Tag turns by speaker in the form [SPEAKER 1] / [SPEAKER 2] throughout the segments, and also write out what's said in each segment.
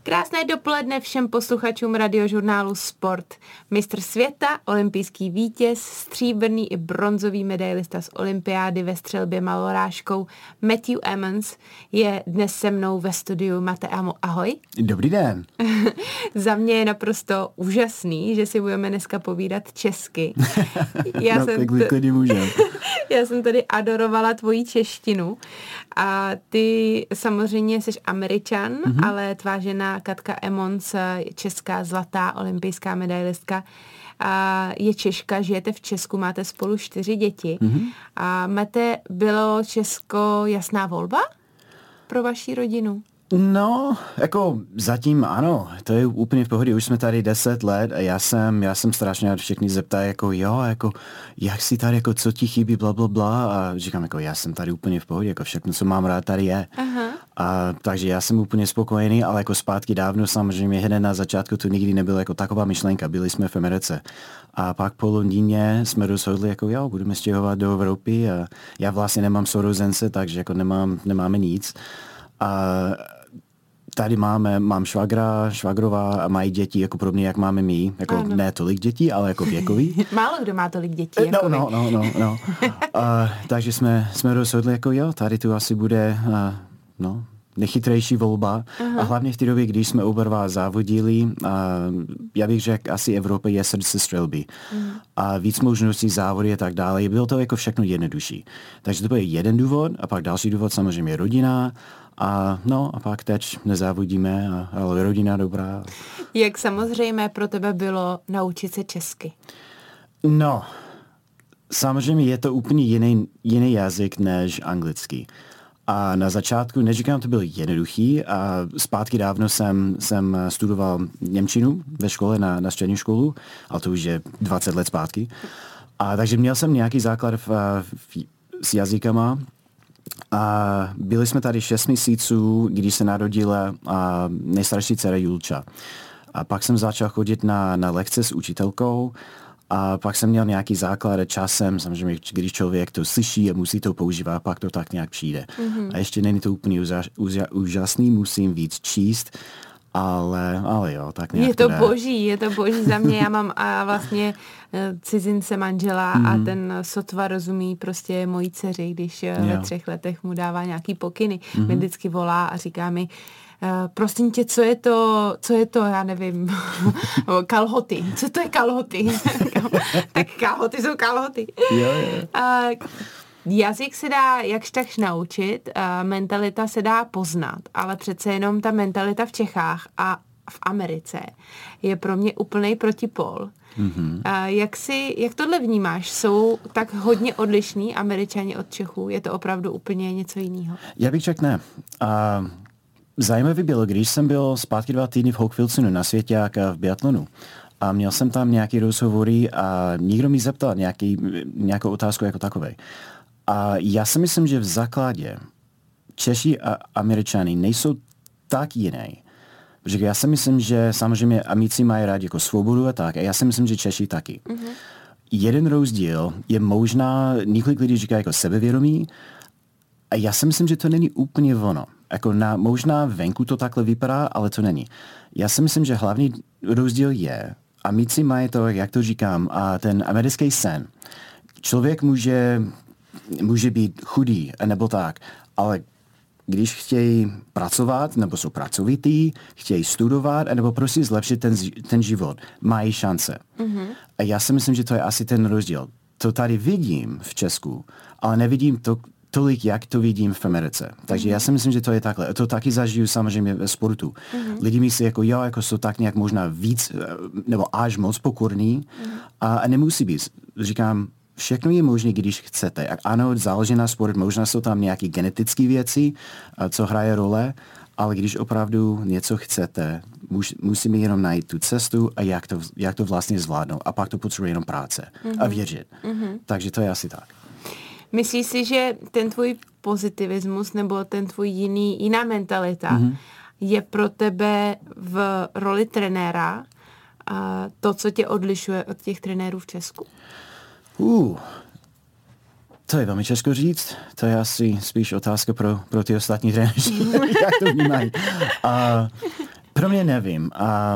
[SPEAKER 1] Krásné dopoledne všem posluchačům radiožurnálu Sport. Mistr světa, olympijský vítěz, stříbrný i bronzový medailista z olympiády ve střelbě malorážkou Matthew Emmons je dnes se mnou ve studiu. Mateo, ahoj.
[SPEAKER 2] Dobrý den.
[SPEAKER 1] Za mě je naprosto úžasný, že si budeme dneska povídat česky. Já jsem tady adorovala tvoji češtinu a ty samozřejmě jsi Američan, ale tvá žena Katka Emmons, česká zlatá olympijská medailistka, a je Češka, žijete v Česku, máte spolu 4 děti. A Mate, bylo Česko jasná volba pro vaši rodinu?
[SPEAKER 2] No, jako zatím ano, to je úplně v pohodě, už jsme tady 10 let a já jsem strašně rád, všechny zeptají jako jak si tady, jako co ti chybí, blablabla a říkám jako já jsem tady úplně v pohodě, jako všechno, co mám rád, tady je. Aha. A takže já jsem úplně spokojený, ale jako zpátky dávno samozřejmě hned na začátku to nikdy nebyla jako taková myšlenka, byli jsme v Americe. A pak po Londýně jsme rozhodli jako budeme stěhovat do Evropy a já vlastně nemám sourozence, takže jako nemáme nic. A tady mám švagrová a mají děti jako podobně, jak máme my. Jako ne tolik dětí, ale jako věkový.
[SPEAKER 1] Málo kdo má tolik dětí jako vy.
[SPEAKER 2] No. Takže jsme rozhodli jako tady tu asi bude nechytrejší volba. Aha. A hlavně v té době, když jsme oba dva závodili, já bych řekl, asi Evropa je srdce střelby. A víc možností závody a tak dále. Bylo to jako všechno jednodušší. Takže to byl jeden důvod a pak další důvod samozřejmě rodina. A pak teď nezávodíme, ale rodina dobrá.
[SPEAKER 1] Jak samozřejmě pro tebe bylo naučit se česky?
[SPEAKER 2] No, samozřejmě je to úplně jiný jazyk než anglický. A na začátku, neříkám, to byl jednoduchý a zpátky dávno jsem studoval němčinu ve škole na střední školu, ale to už je 20 let zpátky. A takže měl jsem nějaký základ s jazykama. A byli jsme tady 6 měsíců, když se narodila nejstarší dcera Julča. A pak jsem začal chodit na lekce s učitelkou a pak jsem měl nějaký základ časem, samozřejmě, když člověk to slyší a musí to používat, pak to tak nějak přijde. A ještě není to úplně úžasný, musím víc číst, ale jo, tak nějak
[SPEAKER 1] je to boží za mě. Já mám vlastně cizince manžela a ten sotva rozumí prostě mojí dceři, když ve 3 letech mu dává nějaký pokyny. Mě vždycky volá a říká mi, prosím tě, co je to, já nevím, kalhoty. Co to je kalhoty? Tak kalhoty jsou kalhoty. Jazyk se dá jakž takž naučit, mentalita se dá poznat, ale přece jenom ta mentalita v Čechách a v Americe je pro mě úplnej protipol. Jak tohle vnímáš? Jsou tak hodně odlišní Američani od Čechů? Je to opravdu úplně něco jiného?
[SPEAKER 2] Já bych řekl ne. Zajímavý bylo, když jsem byl zpátky 2 týdny v Hawkvilsonu na Svěťáka v biatlonu. A měl jsem tam nějaký rozhovory a někdo mi zeptal nějakou otázku jako takové. A já si myslím, že v základě Češi a Američani nejsou tak jiné. Protože já si myslím, že samozřejmě Amici mají rádi jako svobodu a tak. A já si myslím, že Češi taky. Jeden rozdíl je možná, několik lidí říká jako sebevědomí. A já si myslím, že to není úplně ono. Jako možná venku to takhle vypadá, ale to není. Já si myslím, že hlavní rozdíl je, Amici mají to, jak to říkám, a ten americký sen. Člověk může být chudý, nebo tak, ale když chtějí pracovat, nebo jsou pracovitý, chtějí studovat, nebo prostě zlepšit ten život, mají šance. A já si myslím, že to je asi ten rozdíl. To tady vidím v Česku, ale nevidím to tolik, jak to vidím v Americe. Takže já si myslím, že to je takhle. To taky zažiju samozřejmě ve sportu. Lidi myslí jako jsou tak nějak možná víc, nebo až moc pokorný a nemusí být. Říkám, všechno je možné, když chcete. Ano, záleží na sport, možná jsou tam nějaké genetické věci, co hraje role, ale když opravdu něco chcete, musíme jenom najít tu cestu a jak to vlastně zvládnout. A pak to potřebuje jenom práce a věřit. Takže to je asi tak.
[SPEAKER 1] Myslíš si, že ten tvůj pozitivismus nebo ten tvůj jiná mentalita je pro tebe v roli trenéra to, co tě odlišuje od těch trenérů v Česku?
[SPEAKER 2] To je velmi těžko říct. To je asi spíš otázka pro ty ostatní trenéři, jak to vnímají. Pro mě nevím.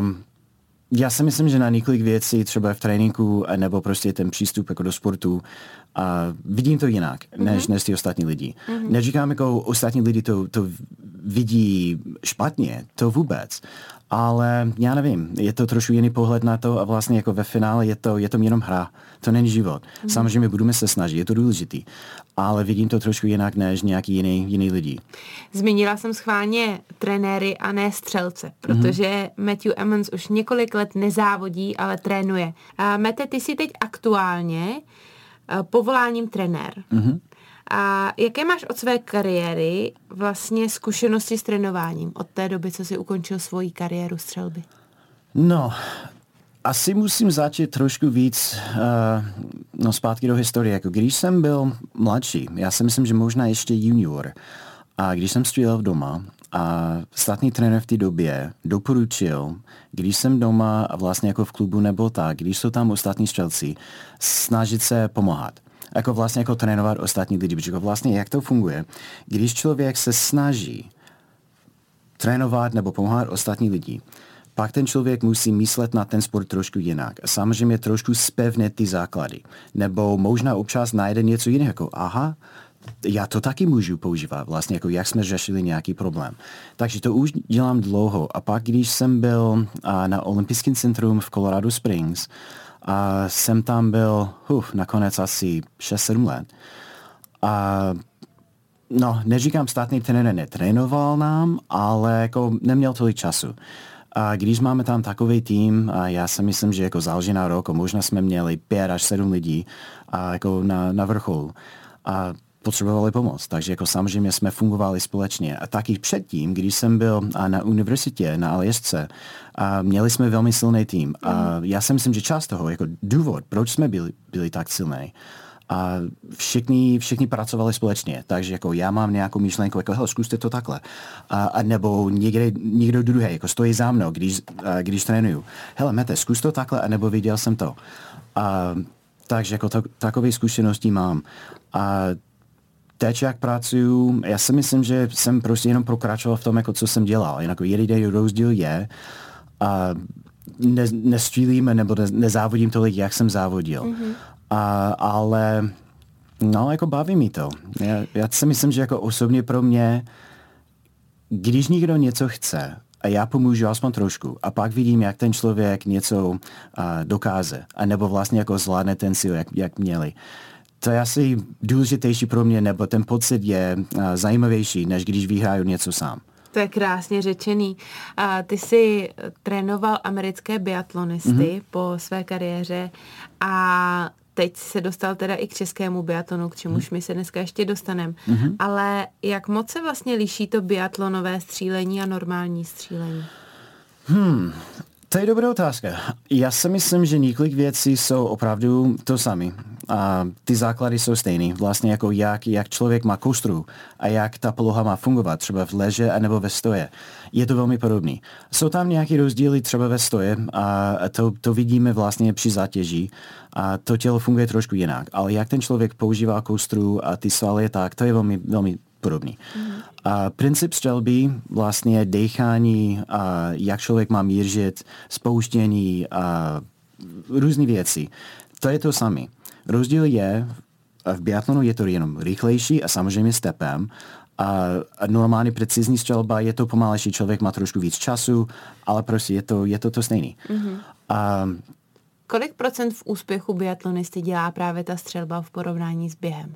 [SPEAKER 2] Já si myslím, že na několik věcí, třeba v tréninku, nebo prostě ten přístup jako do sportu, vidím to jinak, než ty ostatní lidi. Neříkám, jako ostatní lidi to vidí špatně, to vůbec. Ale já nevím, je to trošku jiný pohled na to a vlastně jako ve finále je to jenom hra. To není život. Samozřejmě budeme se snažit, je to důležitý. Ale vidím to trošku jinak než nějaký jiný lidi.
[SPEAKER 1] Zmínila jsem schválně trenéry a ne střelce, protože Matthew Emmons už několik let nezávodí, ale trénuje. Mete, ty jsi teď aktuálně povoláním trenér. A jaké máš od své kariéry vlastně zkušenosti s trénováním od té doby, co jsi ukončil svoji kariéru střelby?
[SPEAKER 2] No, asi musím začít trošku víc zpátky do historie. Jako když jsem byl mladší, já si myslím, že možná ještě junior, a když jsem střílel doma, a státní trenér v té době doporučil, když jsem doma a vlastně jako v klubu nebo tak, když jsou tam ostatní střelci, snažit se pomáhat. Jako vlastně jako trénovat ostatní lidi, protože vlastně jak to funguje, když člověk se snaží trénovat nebo pomáhat ostatní lidi, pak ten člověk musí myslet na ten sport trošku jinak. A samozřejmě trošku zpevnit ty základy. Nebo možná občas najde něco jiného, jako aha, já to taky můžu používat, vlastně jako jak jsme řešili nějaký problém. Takže to už dělám dlouho. A pak, když jsem byl na olympijském centrum v Colorado Springs, a jsem tam byl nakonec asi 6-7 let. A neříkám, státní trenér netrénoval nám, ale jako neměl tolik času. A když máme tam takový tým, a já si myslím, že jako záleží na rok, možná jsme měli 5 až 7 lidí a jako na vrcholu. A potřebovali pomoc, takže jako samozřejmě jsme fungovali společně. A taky předtím, když jsem byl na univerzitě, na Aljašce, měli jsme velmi silný tým. A já si myslím, že část toho, jako důvod, proč jsme byli tak silní, a všichni pracovali společně, takže jako já mám nějakou myšlenku, jako hele, zkuste to takhle. A nebo někdo druhý, jako stojí za mnou, když trénuju. Hele, Mete, zkus to takhle, a nebo viděl jsem to. Takže jako takové zkušenosti mám. A teď, jak pracuju, já si myslím, že jsem prostě jenom pokračoval v tom, jako co jsem dělal. Jako jediný rozdíl je, nestřílím nebo nezávodím tolik, jak jsem závodil. Ale jako baví mi to. Já si myslím, že jako osobně pro mě, když někdo něco chce a já pomůžu aspoň trošku a pak vidím, jak ten člověk něco dokáže, anebo vlastně jako zvládne ten sil, jak měli. To je asi důležitější pro mě, nebo ten pocit je zajímavější, než když vyhraju něco sám.
[SPEAKER 1] To je krásně řečený. Ty jsi trénoval americké biatlonisty po své kariéře a teď se dostal teda i k českému biatlonu, k čemuž my se dneska ještě dostaneme. Ale jak moc se vlastně liší to biatlonové střílení a normální střílení?
[SPEAKER 2] To je dobrá otázka. Já si myslím, že několik věcí jsou opravdu to samé. A ty základy jsou stejný. Vlastně jako jak člověk má kostru a jak ta poloha má fungovat, třeba v leže anebo ve stoje. Je to velmi podobný. Jsou tam nějaké rozdíly třeba ve stoje a to vidíme vlastně při zátěži a to tělo funguje trošku jinak. Ale jak ten člověk používá kostru a ty svaly, tak to je velmi, velmi podobný. A princip střelby, vlastně dechání, jak člověk má měřit, spouštění, různé věci. To je to samé. Rozdíl je, v biatlonu je to jenom rychlejší a samozřejmě stepem. A normální precizní střelba je to pomalejší, člověk má trošku víc času, ale prostě je to stejný.
[SPEAKER 1] Kolik procent v úspěchu biatlonisty dělá právě ta střelba v porovnání s během?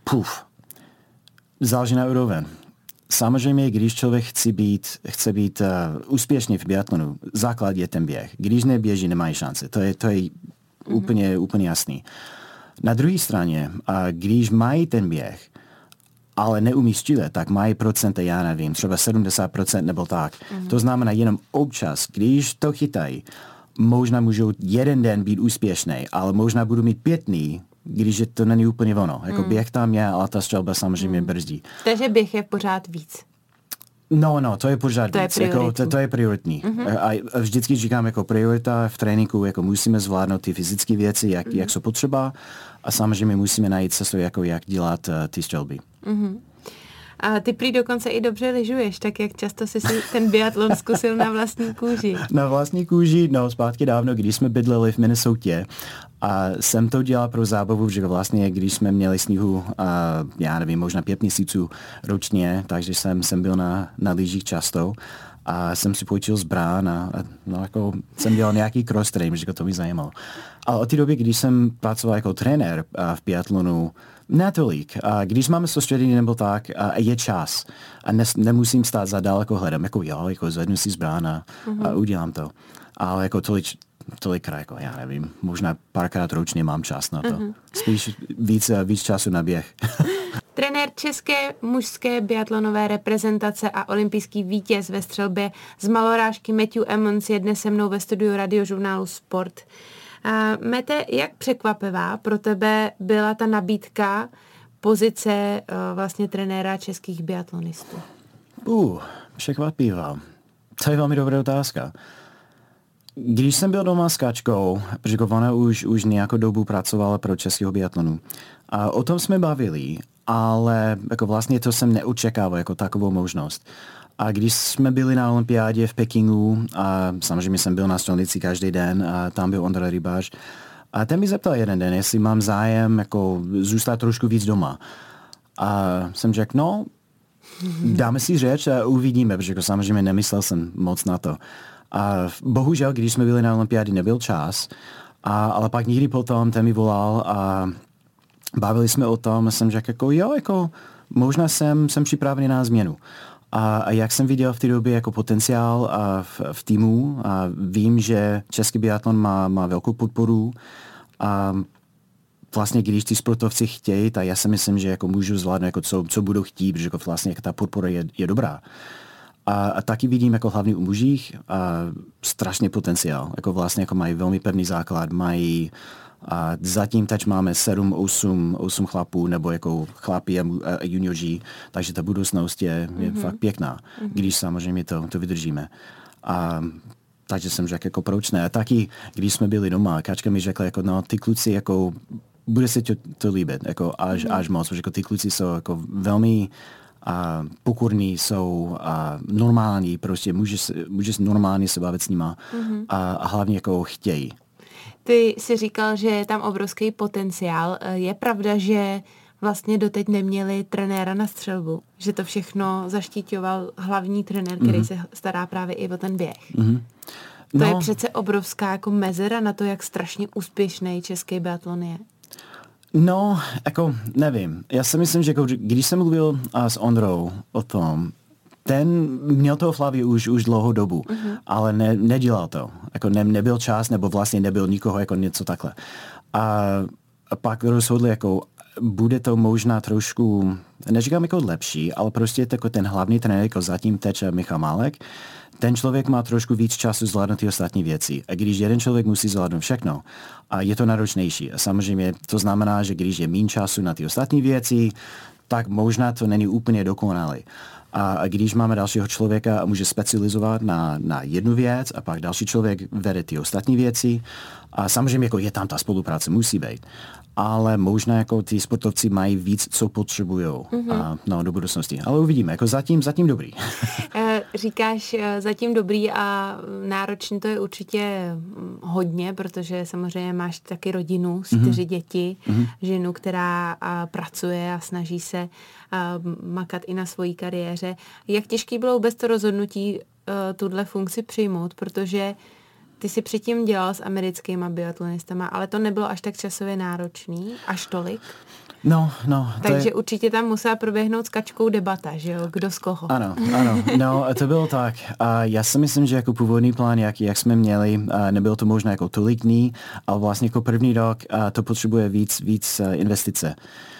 [SPEAKER 2] Záleží na úroveň. Samozřejmě, když člověk chce být úspěšný v biatlonu, základ je ten běh. Když neběží, nemají šance. To je úplně jasný. Na druhé straně, když mají ten běh, ale neumí střílet, tak mají procenta, já nevím, třeba 70% nebo tak. To znamená jenom občas, když to chytají, možná můžou jeden den být úspěšný, ale možná budu mít 5 dní, když to není úplně ono. Jako běh tam je, ale ta střelba samozřejmě brzdí.
[SPEAKER 1] Takže běh je pořád víc.
[SPEAKER 2] No, to je pořád víc. To je prioritní. A vždycky říkám, jako priorita v tréninku, jako musíme zvládnout ty fyzické věci, jak jsou potřeba, a samozřejmě musíme najít cestu, jako jak dělat ty střelby.
[SPEAKER 1] A ty prý dokonce i dobře lyžuješ, tak jak často jsi si ten biatlon zkusil na vlastní kůži?
[SPEAKER 2] Na vlastní kůži, no zpátky dávno, když jsme bydleli v Minnesotě. A jsem to dělal pro zábavu, že vlastně, když jsme měli sněhu, já nevím, možná 5 měsíců ročně, takže jsem byl na lyžích často. A jsem si půjčil zbrán a no, jako jsem dělal nějaký cross train, že to mě zajímalo. Ale od té doby, když jsem pracoval jako trenér v biatlonu, natolik. A když máme soustředění nebo tak, je čas. A nemusím stát za dalekohledem, jako jo, jako zvednu si zbrán a udělám to. Ale jako tolikrát, jako já nevím, možná párkrát ročně mám čas na to. Spíš víc času na běh.
[SPEAKER 1] Trenér české mužské biatlonové reprezentace a olympijský vítěz ve střelbě z malorážky Matthew Emmons je dnes se mnou ve studiu radiožurnálu Sport. Mete, jak překvapivá pro tebe byla ta nabídka pozice vlastně trenéra českých biatlonistů?
[SPEAKER 2] Překvapivá. To je velmi dobrá otázka. Když jsem byl doma s Kačkou, protože ona už nějakou dobu pracovala pro českého biatlonu, a o tom jsme bavili, ale jako vlastně to jsem neočekával jako takovou možnost. A když jsme byli na olympiádě v Pekingu, a samozřejmě jsem byl na stolnici každý den, a tam byl Ondra Rybář, a ten mi zeptal jeden den, jestli mám zájem jako zůstat trošku víc doma. A jsem řekl, no, dáme si řeč a uvidíme, protože jako samozřejmě nemyslel jsem moc na to. A bohužel, když jsme byli na olympiádě, nebyl čas, ale pak někdy potom ten mi volal a bavili jsme o tom a jsem řekl, jako jo, jako možná jsem připravený na změnu. A jak jsem viděl v té době jako potenciál v týmu a vím, že český biatlon má velkou podporu a vlastně když ty sportovci chtějí, tak já si myslím, že jako můžu zvládnout, jako co budou chtít, protože jako vlastně jako ta podpora je dobrá. A taky vidím jako hlavně u mužích strašně potenciál. Jako vlastně jako mají velmi pevný základ, mají zatím teď máme 7-8 chlapů, nebo jako chlapi a junioři, takže ta budoucnost je fakt pěkná, když samozřejmě to vydržíme. Takže jsem řekl, jako proč ne. A taky, když jsme byli doma, Kačka mi řekla, jako no, ty kluci, jako bude se to líbit, jako až moc, protože jako ty kluci jsou jako velmi pokorní, jsou normální, prostě můžeš normálně se bavit s nima a hlavně jako chtějí.
[SPEAKER 1] Ty jsi říkal, že je tam obrovský potenciál. Je pravda, že vlastně doteď neměli trenéra na střelbu? Že to všechno zaštiťoval hlavní trenér, který se stará právě i o ten běh? To je přece obrovská jako mezera na to, jak strašně úspěšný český biatlon je.
[SPEAKER 2] No, jako nevím. Já si myslím, že jako, když jsem mluvil s Ondrou o tom, ten měl to v hlavě už dlouhou dobu, ale nedělal to. Jako nebyl čas, nebo vlastně nebyl nikoho, jako něco takhle. A pak rozhodli, jako bude to možná trošku, neříkám jako lepší, ale prostě jako ten hlavní trenér, jako zatím teče Michal Málek, ten člověk má trošku víc času zvládnout ty ostatní věci. A když jeden člověk musí zvládnout všechno, a je to náročnější. A samozřejmě to znamená, že když je méně času na ty ostatní věci, tak možná to není úplně dokonalý. A když máme dalšího člověka a může specializovat na jednu věc a pak další člověk vede ty ostatní věci, a samozřejmě jako je tam ta spolupráce, musí být. Ale možná jako ty sportovci mají víc, co potřebujou do budoucnosti. Ale uvidíme, jako zatím dobrý.
[SPEAKER 1] Říkáš zatím dobrý a náročný to je určitě hodně, protože samozřejmě máš taky rodinu, 4 děti, ženu, která pracuje a snaží se makat i na svojí kariéře. Jak těžký bylo vůbec to rozhodnutí tuhle funkci přijmout, protože ty jsi předtím dělal s americkýma biatlonistama, ale to nebylo až tak časově náročný, až tolik.
[SPEAKER 2] No.
[SPEAKER 1] Takže určitě tam musela proběhnout s Kačkou debata, že jo, kdo z koho.
[SPEAKER 2] Ano. No, to bylo tak. A já si myslím, že jako původní plán, jak jsme měli, nebylo to možná jako tolik dní, ale vlastně jako první rok to potřebuje víc investice.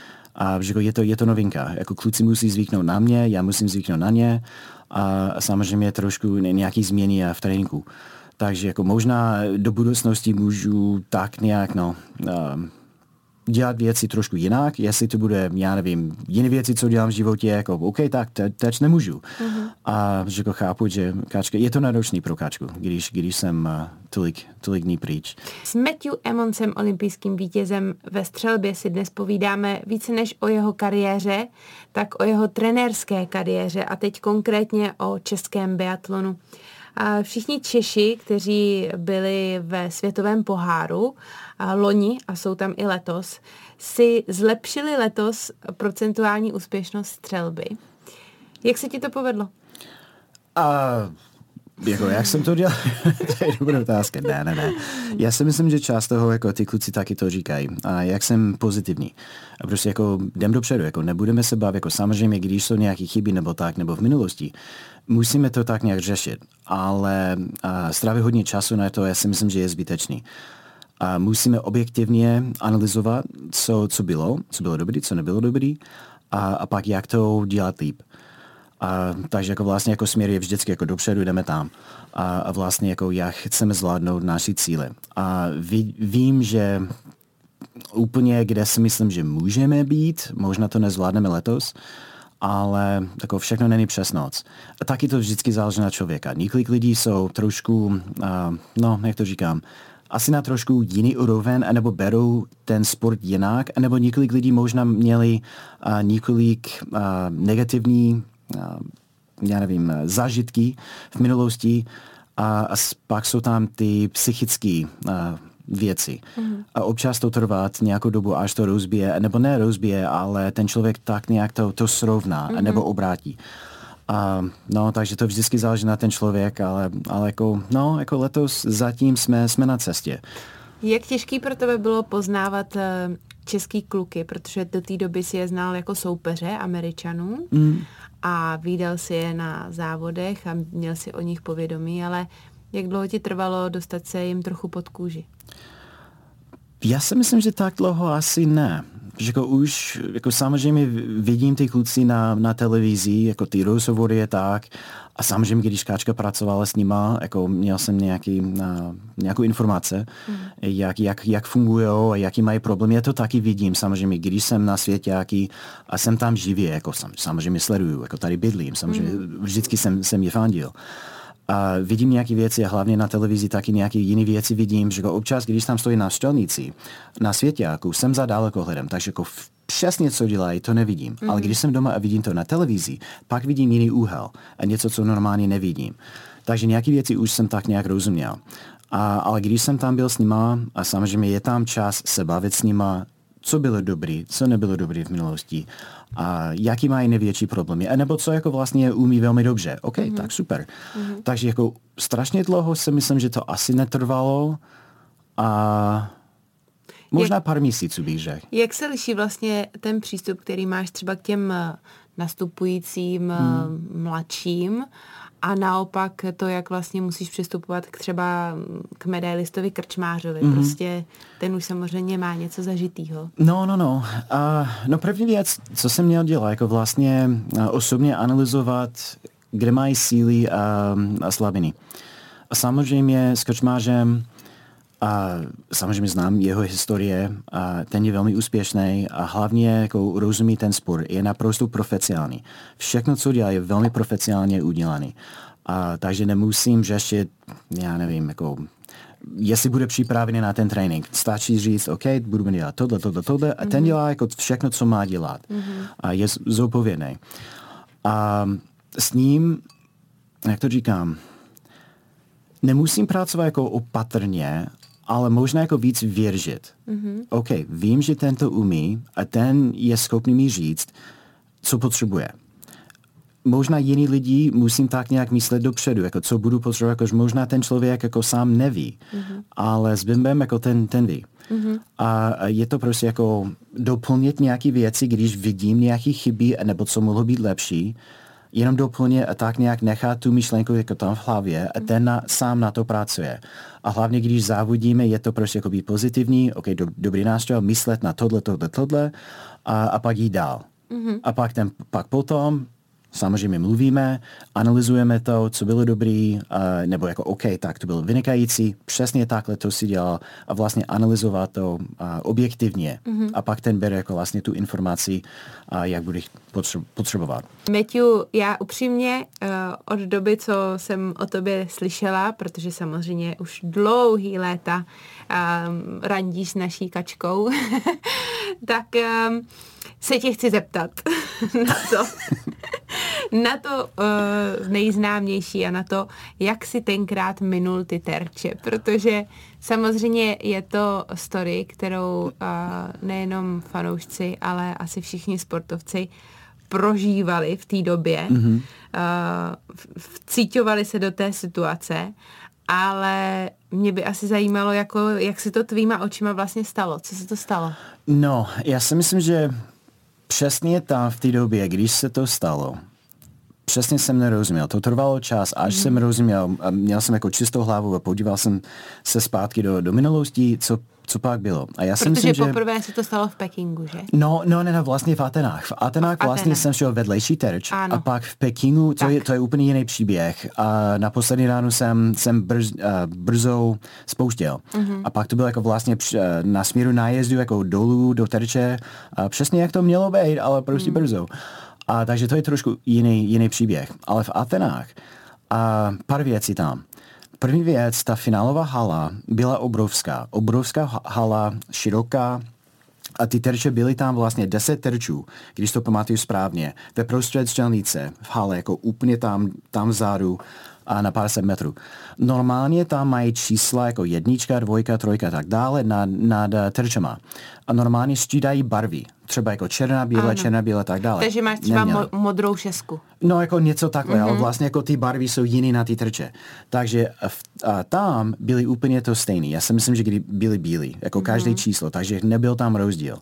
[SPEAKER 2] A že je to novinka. Jako kluci musí zvyknout na mě, já musím zvyknout na ně a samozřejmě trošku nějaký změny v tréninku. Takže jako možná do budoucnosti můžu tak nějak, dělat věci trošku jinak, jestli to bude, já nevím, jiné věci, co dělám v životě, jako OK, tak teď nemůžu. A že jako chápu, že Káčka, je to náročný pro Káčku, když jsem tolik dní pryč.
[SPEAKER 1] S Matthew Emmonsem, olympijským vítězem ve střelbě, si dnes povídáme více než o jeho kariéře, tak o jeho trenérské kariéře a teď konkrétně o českém biatlonu. A všichni Češi, kteří byli ve světovém poháru loni a jsou tam i letos, si zlepšili letos procentuální úspěšnost střelby. Jak se ti to povedlo?
[SPEAKER 2] Jako, jak jsem to dělal? To je dobrá otázka. Ne. Já si myslím, že část toho, jako ty kluci taky to říkají. A jak jsem pozitivní. A prostě jako jdem dopředu, jako nebudeme se bavit, jako samozřejmě, když jsou nějaké chyby nebo tak, nebo v minulosti, musíme to tak nějak řešit. Ale strávit hodně času na to, já si myslím, že je zbytečný. A musíme objektivně analyzovat, co bylo dobrý, co nebylo dobrý a pak jak to dělat líp. Takže jako vlastně jako směr je vždycky jako dopředu, jdeme tam. A vlastně jako jak chceme zvládnout naši cíle. A vím, že úplně kde si myslím, že můžeme být, možná to nezvládneme letos, ale jako všechno není přes noc. A taky to vždycky záleží na člověka. Několik lidí jsou trošku, jak to říkám, asi na trošku jiný úroveň, anebo berou ten sport jinak, anebo několik lidí možná měli několik negativní já nevím, zážitky v minulosti a pak jsou tam ty psychické věci. A občas to trvá nějakou dobu, až to rozbije, nebo ne rozbije, ale ten člověk tak nějak to srovná, nebo obrátí. Takže to vždycky záleží na ten člověk, ale jako letos zatím jsme na cestě.
[SPEAKER 1] Jak těžký pro tebe bylo poznávat český kluky, protože do té doby si je znal jako soupeře Američanů a viděl si je na závodech a měl si o nich povědomí, ale jak dlouho ti trvalo dostat se jim trochu pod kůži?
[SPEAKER 2] Já si myslím, že tak dlouho asi ne. Jako už jako samozřejmě vidím ty kluci na televizi, jako ty rozhovory je tak. A samozřejmě, když Káčka pracovala s nima, jako měl jsem nějakou informace, jak fungují a jaký mají problémy. Já to taky vidím, samozřejmě, když jsem na svěťáky a jsem tam živě, jako samozřejmě sleduju, jako tady bydlím, samozřejmě vždycky jsem je fandil. A vidím nějaké věci a hlavně na televizi taky nějaké jiné věci vidím, že občas, když tam stojí na stolnici, na svěťáku, jsem za dalekohledem, takže jako přesně co dělají, to nevidím. Ale když jsem doma a vidím to na televizi, pak vidím jiný úhel a něco, co normálně nevidím. Takže nějaké věci už jsem tak nějak rozuměl. Ale když jsem tam byl s nima a samozřejmě je tam čas se bavit s nima, co bylo dobrý, co nebylo dobrý v minulosti, a jaký mají největší problémy, a nebo co jako vlastně umí velmi dobře. OK, tak super. Takže jako strašně dlouho si myslím, že to asi netrvalo a možná pár měsíců bych řekl.
[SPEAKER 1] Jak se liší vlastně ten přístup, který máš třeba k těm nastupujícím mladším a naopak to, jak vlastně musíš přistupovat třeba k medailistovi Krčmářovi. Prostě ten už samozřejmě má něco zažitýho.
[SPEAKER 2] No první věc, co jsem měl dělat, jako vlastně osobně analyzovat, kde mají síly a slabiny. A samozřejmě s Krčmářem a samozřejmě znám jeho historie a ten je velmi úspěšný a hlavně jako rozumí ten sport. Je naprosto profesionální. Všechno, co dělá, je velmi profesionálně udělaný. Takže nemusím řešit, já nevím, jako jestli bude připravený na ten trénink. Stačí říct, OK, budu dělat tohle a ten dělá jako všechno, co má dělat. A je zodpovědný. A s ním, jak to říkám, nemusím pracovat jako opatrně, ale možná jako víc věřit. OK, vím, že ten to umí a ten je schopný mi říct, co potřebuje. Možná jiný lidi musím tak nějak myslet dopředu, jako co budu potřebovat, jako možná ten člověk jako sám neví, ale s Bimbem jako ten ví. A je to prostě jako doplnit nějaké věci, když vidím nějaké chyby, nebo co mohlo být lepší, jenom doplně a tak nějak nechat tu myšlenku jako tam v hlavě a ten sám na to pracuje. A hlavně, když závodíme, je to prostě jako být pozitivní, OK, dobrý nástroj, myslet na tohle a pak jít dál. A pak potom samozřejmě mluvíme, analyzujeme to, co bylo dobrý, nebo jako OK, tak to bylo vynikající, přesně takhle to si dělal a vlastně analyzovat to objektivně. A pak ten bere jako vlastně tu informaci, jak budeš potřebovat.
[SPEAKER 1] Matthew, já upřímně od doby, co jsem o tobě slyšela, protože samozřejmě už dlouhý léta randíš s naší kačkou, tak se tě chci zeptat na to nejznámější a na to, jak si tenkrát minul ty terče, protože samozřejmě je to story, kterou nejenom fanoušci, ale asi všichni sportovci prožívali v té době, vcíťovali se do té situace, ale mě by asi zajímalo, jako, jak se to tvýma očima vlastně stalo. Co se to stalo?
[SPEAKER 2] No, já si myslím, že přesně tam v té době, když se to stalo, přesně jsem nerozuměl. To trvalo čas, až jsem rozuměl. Měl jsem jako čistou hlavu a podíval jsem se zpátky do minulosti, co pak bylo. A já
[SPEAKER 1] protože
[SPEAKER 2] myslím,
[SPEAKER 1] poprvé se to stalo v Pekingu, že?
[SPEAKER 2] No, vlastně v Atenách. V Atenách vlastně jsem šel vedlejší terč a pak v Pekingu, to je úplně jiný příběh. A na poslední ránu jsem brzo spouštěl. A pak to bylo jako vlastně na směru nájezdu jako dolů do terče. A přesně jak to mělo být, ale prostě brzo. A takže to je trošku jiný příběh. Ale v Atenách pár věcí tam. První věc, ta finálová hala byla obrovská hala, široká a ty terče byly tam vlastně 10 terčů, když to pamatuju správně. Ve prostřed střelnice v hale, jako úplně tam vzadu a na 50 metrů. Normálně tam mají čísla jako 1, 2, 3 a tak dále nad terčema. A normálně střídají barvy. Třeba jako černá, bílá, tak dále.
[SPEAKER 1] Takže máš třeba modrou šestku.
[SPEAKER 2] No jako něco takhle, ale vlastně jako ty barvy jsou jiný na ty terče. Takže tam byly úplně to stejný. Já si myslím, že byly bílí, jako každé číslo, takže nebyl tam rozdíl.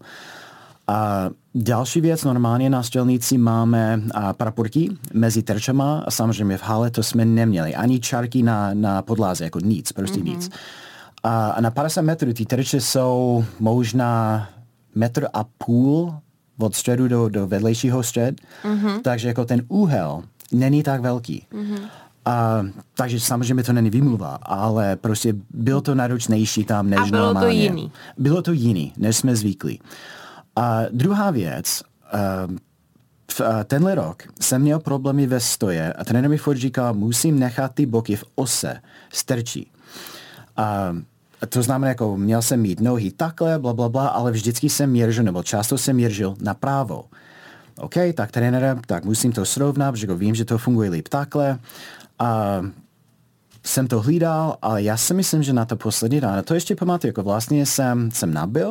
[SPEAKER 2] A další věc, normálně na střelnici máme praporky mezi terčema a samozřejmě v hale to jsme neměli. Ani čárky na podláze, jako nic, prostě nic. A na 50 metrů ty terče jsou možná 1,5 metru od středu do vedlejšího střed, takže jako ten úhel není tak velký. Takže samozřejmě to není výmluva, ale prostě bylo to náročnější tam než normálně. A bylo to jiný. Bylo to jiný, než jsme zvyklí. A druhá věc, tenhle rok jsem měl problémy ve stoje a trenér mi furt říkal, musím nechat ty boky v ose, strčí. A to znamená, jako měl jsem mít nohy takhle, blablabla, ale vždycky jsem měřil, nebo často jsem měřil napravo. OK, tak trenér, tak musím to srovnat, protože vím, že to funguje líp takhle. A jsem to hlídal, ale já si myslím, že na to poslední ráno, to ještě pamatuju, jako vlastně jsem nabil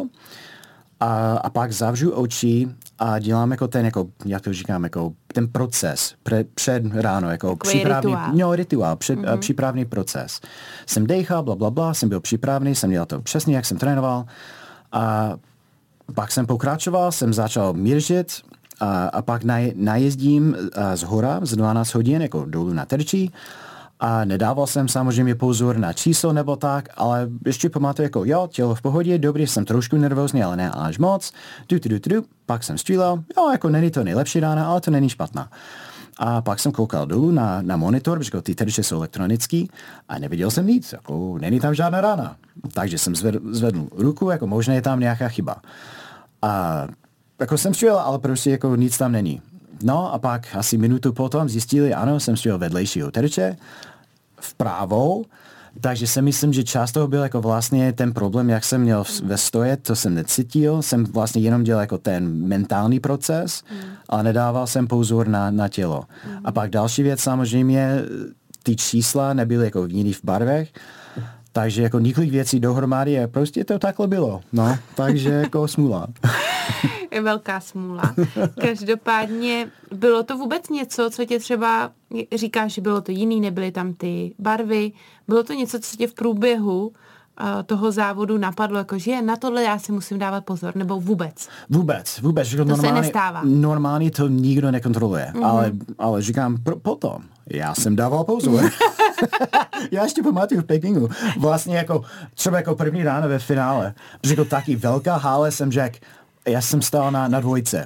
[SPEAKER 2] a pak zavřu oči a dělám jako ten, jako, jak to říkám, jako ten proces před ráno, jako přípravný rituál, přípravný proces. Jsem dechal, blablabla, jsem byl přípravný, jsem dělal to přesně, jak jsem trénoval a pak jsem pokračoval, jsem začal měřit a pak najezdím z hora z 12 hodin, jako dolů na terčí a nedával jsem samozřejmě pozor na číslo nebo tak, ale ještě pamatuju jako jo, tělo v pohodě, dobrý, jsem trošku nervózní, ale ne až moc, pak jsem střílel, jo, jako není to nejlepší rána, ale to není špatná. A pak jsem koukal dolů na monitor, protože ty terče jsou elektronický a neviděl jsem nic, jako není tam žádná rána. Takže jsem zvedl ruku, jako možná je tam nějaká chyba. A jako jsem střílel, ale prostě jako nic tam není. No a pak asi minutu potom zjistili, ano, jsem střílel vedlejšího terče vpravo, takže si myslím, že část toho byl jako vlastně ten problém, jak jsem měl ve stoje, to jsem necítil, jsem vlastně jenom dělal jako ten mentální proces, ale nedával jsem pozor na tělo. A pak další věc samozřejmě, ty čísla nebyly jako v jiných barvech, takže jako několik věcí dohromady a prostě to takhle bylo. No, takže jako smůla.
[SPEAKER 1] Je velká smůla. Každopádně bylo to vůbec něco, co tě třeba, říkáš, že bylo to jiný, nebyly tam ty barvy, bylo to něco, co tě v průběhu toho závodu napadlo, jakože na tohle já si musím dávat pozor, nebo vůbec? Vůbec.
[SPEAKER 2] To
[SPEAKER 1] se nestává.
[SPEAKER 2] Normálně to nikdo nekontroluje, ale říkám potom. Já jsem dával pozor. Já ještě pamatuju v Pekingu. Vlastně jako, třeba jako první ráno ve finále. Protože jako taky velká hále jsem řekl, já jsem stál na dvojce.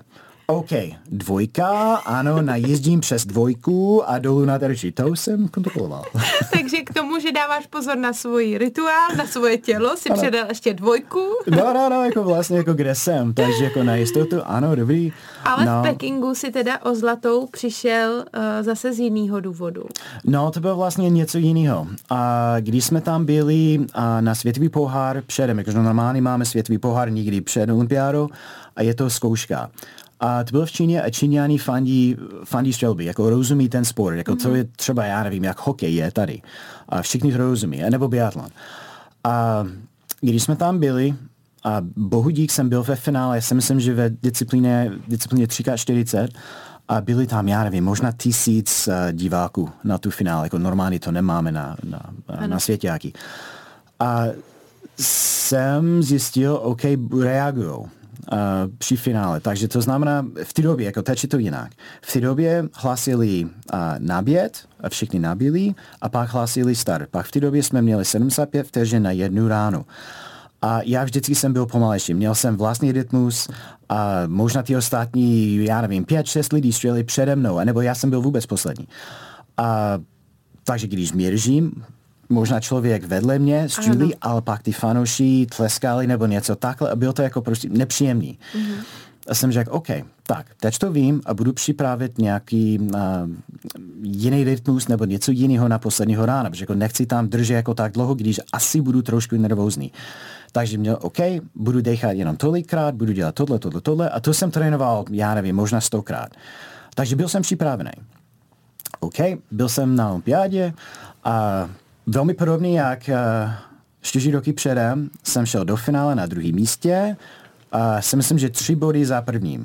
[SPEAKER 2] OK, 2, ano, najezdím přes 2 a dolů na terči. To jsem kontroloval.
[SPEAKER 1] Takže k tomu, že dáváš pozor na svůj rituál, na svoje tělo, si předal ještě 2.
[SPEAKER 2] No, jako vlastně jako kde jsem, takže jako na jistotu, ano, dobrý.
[SPEAKER 1] Ale v Pekingu si teda o zlatou přišel zase z jiného důvodu.
[SPEAKER 2] No, to bylo vlastně něco jiného. A když jsme tam byli na světový pohár předem, jakože normálně máme světový pohár někdy před olympiádou a je to zkouška. A to bylo v Číně a Číňani fandí střelby, jako rozumí ten sport, jako to je třeba, já nevím, jak hokej je tady. A všichni to rozumí, nebo biatlon. A když jsme tam byli, a bohu dík jsem byl ve finále, já si myslím, že ve disciplíně 3x40 a byli tam, já nevím, možná 1000 diváků na tu finále, jako normálně to nemáme na svěťáky. A jsem zjistil, OK, reagujou při finále. Takže to znamená, v té době, jako teď je to jinak. V té době hlásili náběh a všichni nabili a pak hlásili start. Pak v té době jsme měli 75 vteřin na 1 ránu. A já vždycky jsem byl pomalejší. Měl jsem vlastní rytmus a možná ty ostatní, já nevím, 5-6 lidí střelili přede mnou, anebo já jsem byl vůbec poslední. Takže když měřím, možná člověk vedle mě střílí, ale pak ty fanouši tleskali nebo něco takhle a bylo to jako prostě nepříjemný. A jsem řekl, OK, tak, teď to vím a budu připravit nějaký jiný rytmus nebo něco jiného na posledního rána, protože jako nechci tam držet jako tak dlouho, když asi budu trošku nervózní. Takže měl, OK, budu dechat jenom tolikrát, budu dělat tohle a to jsem trénoval, já nevím, možná 100krát. Takže byl jsem připravený. OK, byl jsem na olympiádě a velmi podobně jak 4 roky předem jsem šel do finále na 2. místě a si myslím, že 3 body za prvním.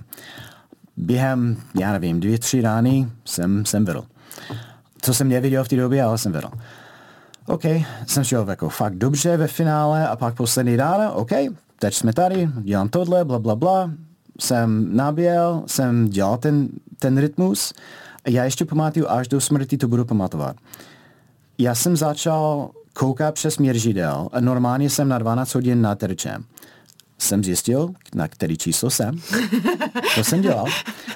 [SPEAKER 2] Během, já nevím, 2-3 rány jsem vedl. Co jsem neviděl v té době, ale jsem vedl. OK, jsem šel jako fakt dobře ve finále a pak poslední rána, OK, teď jsme tady, dělám tohle, blablabla, jsem naběl, jsem dělal ten rytmus a já ještě pamatuju, až do smrti to budu pamatovat. Já jsem začal koukat přes měřidel a normálně jsem na 12 hodin na terčem. Jsem zjistil, na který číslo jsem. To jsem dělal.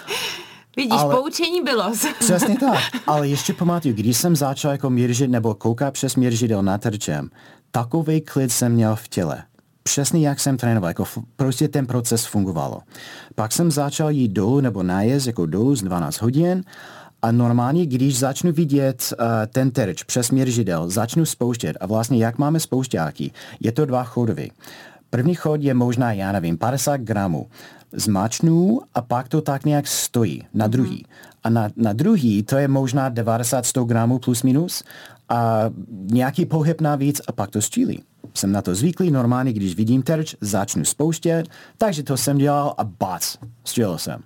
[SPEAKER 1] Vidíš, poučení bylo.
[SPEAKER 2] Přesně tak. Ale ještě pamatuju, když jsem začal jako měřit nebo koukat přes měřidel na terčem, takovej klid jsem měl v těle. Přesně jak jsem trénoval, jako prostě ten proces fungovalo. Pak jsem začal jít dolů nebo nájezd jako dolů z 12 hodin a normálně, když začnu vidět ten terč přes měřidel, začnu spouštět a vlastně jak máme spoušťáky, je to 2 chodový. První chod je možná, já nevím, 50 gramů. Zmáčnu a pak to tak nějak stojí na druhý. A na druhý to je možná 90-100 gramů plus minus a nějaký pohyb navíc a pak to střílí. Jsem na to zvyklý, normálně, když vidím terč, začnu spouštět, takže to jsem dělal a bac, střílel jsem.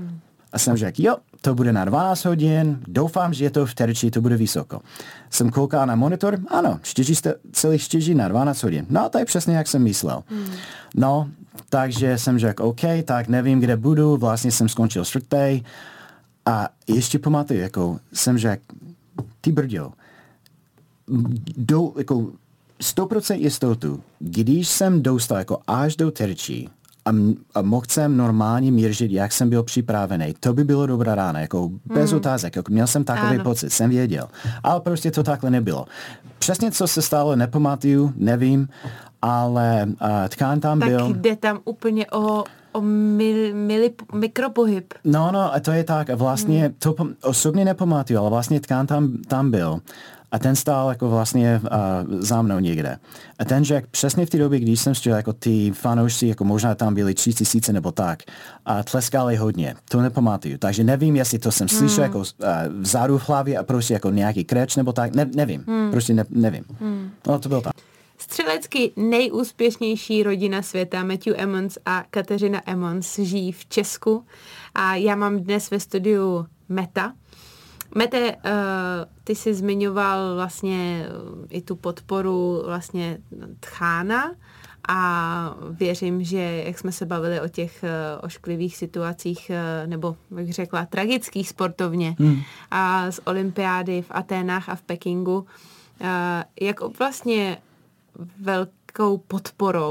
[SPEAKER 2] A jsem řekl, jo, to bude na 12 hodin, doufám, že je to v terči, to bude vysoko. Jsem koukal na monitor, ano, 4,4 na 12 hodin. No, to je přesně, jak jsem myslel. No, takže jsem řekl, OK, tak nevím, kde budu, vlastně jsem skončil 4. A ještě pamatuju, jako jsem řekl, ty brďo, jako 100% jistotu, když jsem dostal jako až do terčí, a mohl jsem normálně měřit, jak jsem byl připravený. To by bylo dobrá rána, jako bez otázek. Jako měl jsem takový pocit, jsem věděl. Ale prostě to takhle nebylo. Přesně, co se stalo, nepamatuju, nevím, ale tkán tam
[SPEAKER 1] tak
[SPEAKER 2] byl.
[SPEAKER 1] Tak jde tam úplně o mikropohyb.
[SPEAKER 2] No, a to je tak. A vlastně to osobně nepamatuju, ale vlastně tkán tam byl. A ten stál jako vlastně za mnou někde. A ten řekl přesně v té době, když jsem střílel, jako ty fanoušci, jako možná tam byli 3000 nebo tak, a tleskali hodně. To nepamatuju. Takže nevím, jestli to jsem slyšel jako vzadu v hlavě a prostě jako nějaký kreč nebo tak. Nevím. Prostě nevím. No to bylo tak.
[SPEAKER 1] Střelecky nejúspěšnější rodina světa Matthew Emmons a Kateřina Emmons žijí v Česku a já mám dnes ve studiu Meta. Mete, ty jsi zmiňoval vlastně i tu podporu vlastně tchána a věřím, že jak jsme se bavili o těch ošklivých situacích, nebo bych řekla tragických sportovně a z olympiády v Aténách a v Pekingu, jak vlastně velkou podporou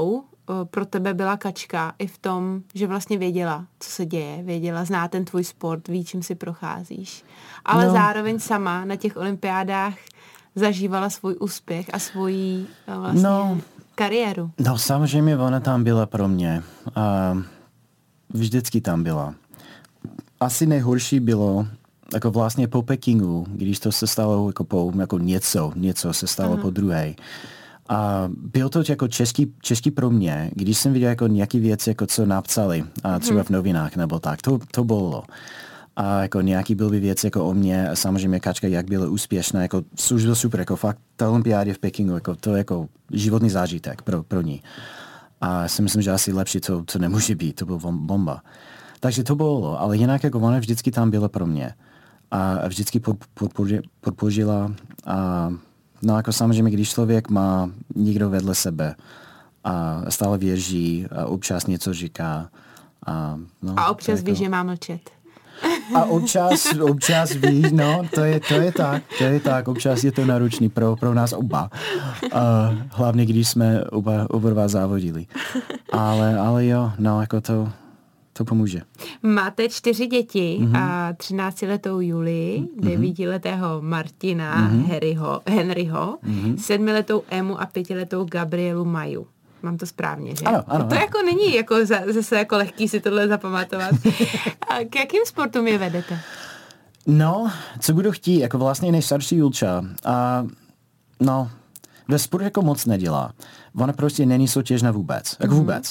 [SPEAKER 1] pro tebe byla Kačka i v tom, že vlastně věděla, co se děje, věděla, zná ten tvůj sport, ví, čím si procházíš. Ale zároveň sama na těch olympiádách zažívala svůj úspěch a svoji vlastně kariéru.
[SPEAKER 2] No samozřejmě ona tam byla pro mě. Vždycky tam byla. Asi nejhorší bylo jako vlastně po Pekingu, když to se stalo jako něco se stalo po druhé. A bylo to jako český pro mě, když jsem viděl jako nějaký věc, jako co napsali, a třeba v novinách nebo tak, to bylo. A jako nějaký blbý věc jako o mě, a samozřejmě Kačka, jak byla úspěšná, jako byl super, jako fakt ta olympiáda v Pekingu, jako to jako životní zážitek pro ní. A si myslím, že asi lepší to nemůže být, to byl bomba. Takže to bylo, ale jinak jako ona vždycky tam byla pro mě. A vždycky podpořila. A no jako samozřejmě, když člověk má někdo vedle sebe a stále věří a občas něco říká.
[SPEAKER 1] A občas ví, že má mlčet.
[SPEAKER 2] A občas ví, no, to je tak, občas je to náročný pro nás oba. Hlavně, když jsme oba dva závodili. Ale jo, no, jako to pomůže.
[SPEAKER 1] Máte 4 děti, 13letou Julii, 9letého Martina Henryho, 7letou Emu a 5letou Gabrielu Maju. Mám to správně, že?
[SPEAKER 2] Ano.
[SPEAKER 1] To jako není jako zase jako lehký si tohle zapamatovat. A k jakým sportům je vedete?
[SPEAKER 2] No, co budu chtít, jako vlastně nejstarší Julča. No, ve sportu jako moc nedělá. Ona prostě není soutěžná vůbec. Jako vůbec.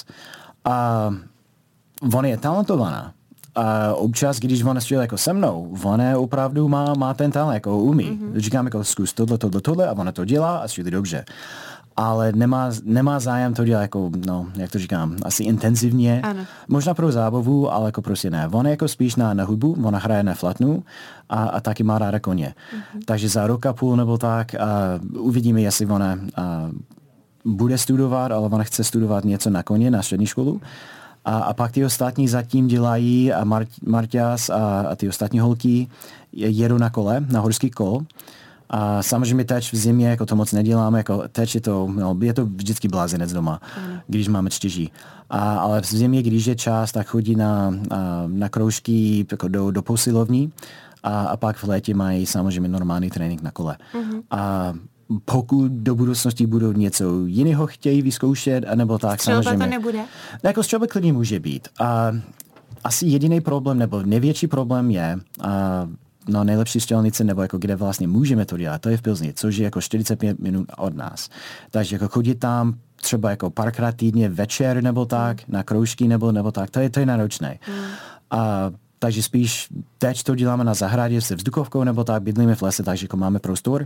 [SPEAKER 2] Ona je talentovaná. A občas, když ona střílí jako se mnou, ona opravdu má ten talent, jako umí. Říkám jako zkus tohle a ona to dělá a střílí dobře. Ale nemá zájem to dělat jako, no, jak to říkám, asi intenzivně.
[SPEAKER 1] Ano.
[SPEAKER 2] Možná pro zábavu, ale jako prostě ne. Ona jako spíš na hudbu, ona hraje na flatnu a taky má ráda koně. Takže za rok a půl nebo tak uvidíme, jestli ona bude studovat, ale ona chce studovat něco na koně, na střední školu. A pak ty ostatní zatím dělají a Marťas a ty ostatní holky jedou na kole, na horský kol. A samozřejmě teď v zimě jako to moc neděláme, jako teď je to vždycky blázinec doma, když máme čtyři. Ale v zimě, když je čas, tak chodí na kroužky jako do posilovní a pak v létě mají samozřejmě normální trénink na kole. A pokud do budoucnosti budou něco jiného chtějí vyzkoušet, anebo tak
[SPEAKER 1] střelba
[SPEAKER 2] samozřejmě.
[SPEAKER 1] To nebude?
[SPEAKER 2] Jako střelba klidně může být. Asi jediný problém, nebo největší problém je, nejlepší střelnice, nebo jako kde vlastně můžeme to dělat, to je v Pilzni, což je jako 45 minut od nás. Takže jako chodit tam třeba jako párkrát týdně večer nebo tak, na kroužky nebo tak, to je náročné. Takže spíš teď to děláme na zahradě se vzduchovkou nebo tak, bydlíme v lese, takže jako máme prostor.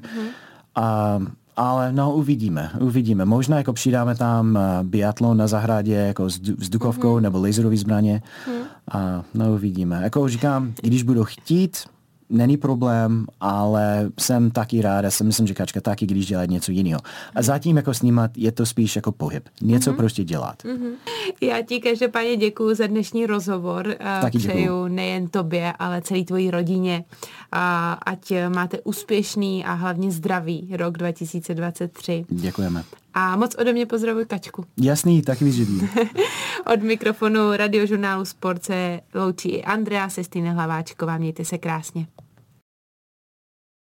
[SPEAKER 2] Ale uvidíme. Možná jako přidáme tam biatlon na zahradě jako vzduchovkou nebo laserové zbraně. Uvidíme. Jako říkám, když budu chtít, není problém, ale jsem taky ráda, myslím, že Kačka taky, když dělá něco jiného. A zatím jako snímat je to spíš jako pohyb. Něco prostě dělat.
[SPEAKER 1] Já ti každopádně děkuju za dnešní rozhovor.
[SPEAKER 2] Taky
[SPEAKER 1] přeju
[SPEAKER 2] děkuju.
[SPEAKER 1] nejen tobě, ale celý tvojí rodině. Ať máte úspěšný a hlavně zdravý rok 2023.
[SPEAKER 2] Děkujeme.
[SPEAKER 1] A moc ode mě pozdravuj Kačku.
[SPEAKER 2] Jasný, taky vyživím.
[SPEAKER 1] Od mikrofonu Radiožurnálu Sport se loučí i Andrea Sestýna Hlaváčková. Mějte se krásně.